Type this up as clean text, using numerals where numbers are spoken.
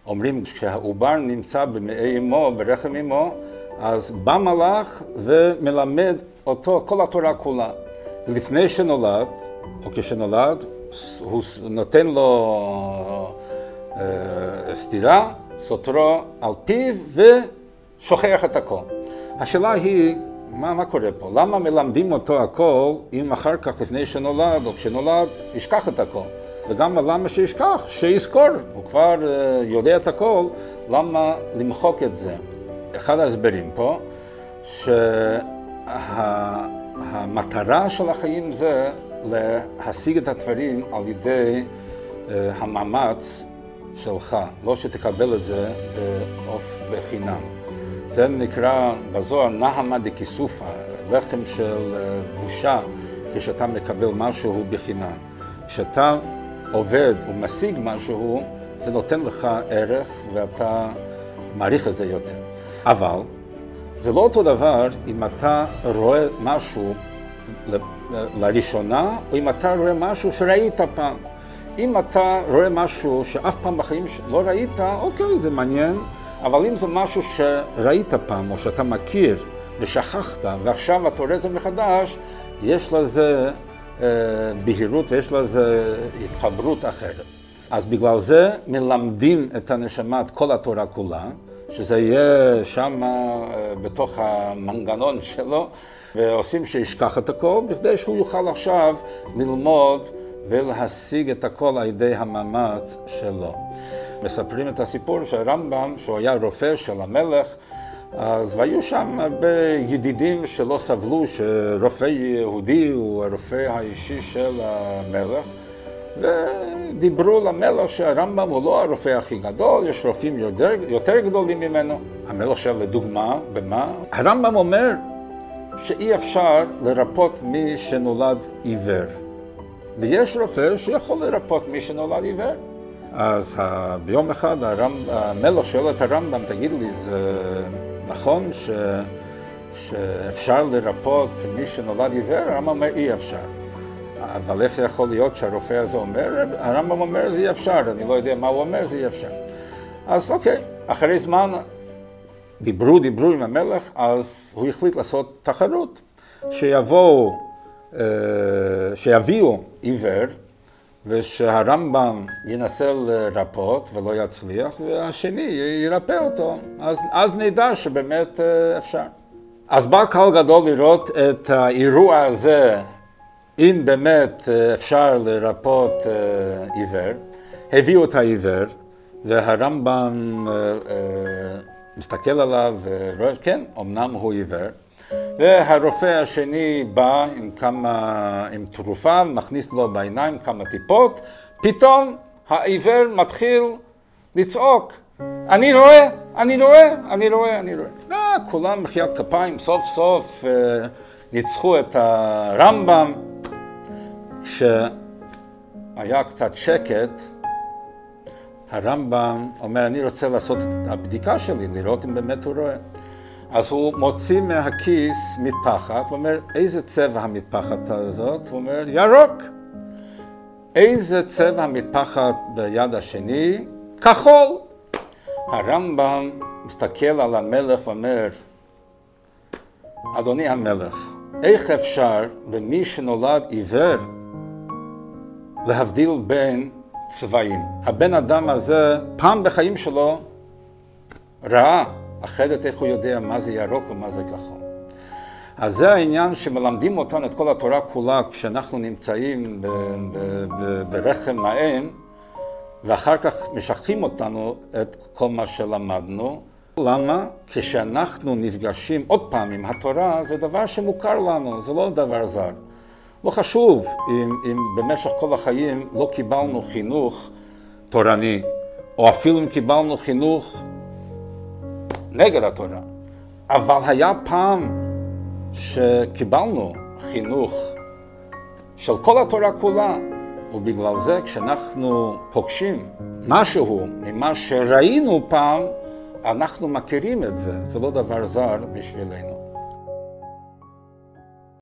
אומרים כשהעובר נמצא במעי אמו, ברחם אמו, אז בא מלאך ומלמד אותו כל התורה כולה. לפני שנולד, או כשנולד, הוא נותן לו סתירה, סותרו על פיו ושוכח את הכל. השאלה היא, מה קורה פה? למה מלמדים אותו הכל אם אחר כך לפני שנולד או כשנולד ישכח את הכל? וגם למה שישכח? שיזכור. הוא כבר יודע את הכל, למה למחוק את זה? אחד ההסברים פה, שהמטרה של החיים זה להשיג את הדברים על ידי המאמץ שלך, לא שתקבל את זה בחינם. זה נקרא בזוהר נהמה דקיסופה, לחם של בושה כשאתה מקבל משהו בחינם. כשאתה עובד ומשיג משהו, זה נותן לך ערך ואתה מעריך את זה יותר. אבל זה לא אותו דבר אם אתה רואה משהו לראשונה, או אם אתה רואה משהו שראית פעם. אם אתה רואה משהו שאף פעם בחיים לא ראית, אוקיי, זה מעניין, אבל אם זה משהו שראית פעם, או שאתה מכיר ושכחת, ועכשיו אתה רואה את זה מחדש, יש לזה בהירות ויש לזה התחברות אחרת. אז בגלל זה מלמדים את הנשמה את כל התורה כולה, שזה יהיה שם בתוך המנגנון שלו, ועושים שישכח את הכל, בכדי שהוא יוכל עכשיו ללמוד ולהשיג את הכל על ידי המאמץ שלו. מספרים את הסיפור של הרמב"ם, שהוא היה רופא של המלך, אז היו שם הרבה ידידים שלא סבלו שרופא יהודי הוא הרופא האישי של המלך, ודיברו למלך שהרמב"ם הוא לא הרופא הכי גדול, יש רופאים יותר גדולים ממנו. המלך שאל לדוגמה, במה? הרמב"ם אומר שאי אפשר לרפות מי שנולד עיוור. ויש רופא שיכול לרפות מי שנולד עיוור. אז ביום אחד המלך שואל את הרמב"ם, תגיד לי, זה נכון שאפשר לרפות מי שנולד עיוור? הרמב"ם אומר, אי אפשר. אבל איך יכול להיות שהרופא הזה אומר? הרמב"ם אומר, זה אי אפשר, אני לא יודע מה הוא אומר, זה אי אפשר. אז אוקיי, אחרי זמן דיברו עם המלך, אז הוא החליט לעשות תחרות, שיביאו עיוור, ושהרמב"ם ינסה לרפות ולא יצליח, והשני ירפא אותו, אז נדע שבאמת אפשר. אז בא קהל גדול לראות את האירוע הזה, אם באמת אפשר לרפות עיוור. הביאו את העיוור, והרמב"ם מסתכל עליו ורואה, כן, אמנם הוא עיוור. והרופא השני בא עם תרופה, מכניס לו בעיניים כמה טיפות, פתאום העיוור מתחיל לצעוק, אני רואה. כולם מחיית כפיים, סוף סוף ניצחו את הרמב"ם. כשהיה קצת שקט, הרמב"ם אומר, אני רוצה לעשות את הבדיקה שלי, לראות אם באמת הוא רואה. אז הוא מוציא מהכיס מטפחת, הוא אומר, איזה צבע המטפחת הזאת? הוא אומר, ירוק. איזה צבע המטפחת ביד השני? כחול. הרמב"ם מסתכל על המלך ואומר, אדוני המלך, איך אפשר למי שנולד עיוור להבדיל בין צבעים? הבן אדם הזה פעם בחיים שלו ראה, אחרת איך הוא יודע מה זה ירוק ומה זה כחול. אז זה העניין שמלמדים אותנו את כל התורה כולה כשאנחנו נמצאים ברחם האם, ואחר כך משכחים אותנו את כל מה שלמדנו. למה? כשאנחנו נפגשים עוד פעם עם התורה, זה דבר שמוכר לנו, זה לא דבר זר. לא חשוב אם במשך כל החיים לא קיבלנו חינוך תורני, או אפילו אם קיבלנו חינוך נגד התורה. אבל היה פעם שקיבלנו חינוך של כל התורה כולה, ובגלל זה כשאנחנו פוגשים משהו ממה שראינו פעם, אנחנו מכירים את זה, זה לא דבר זר בשבילנו.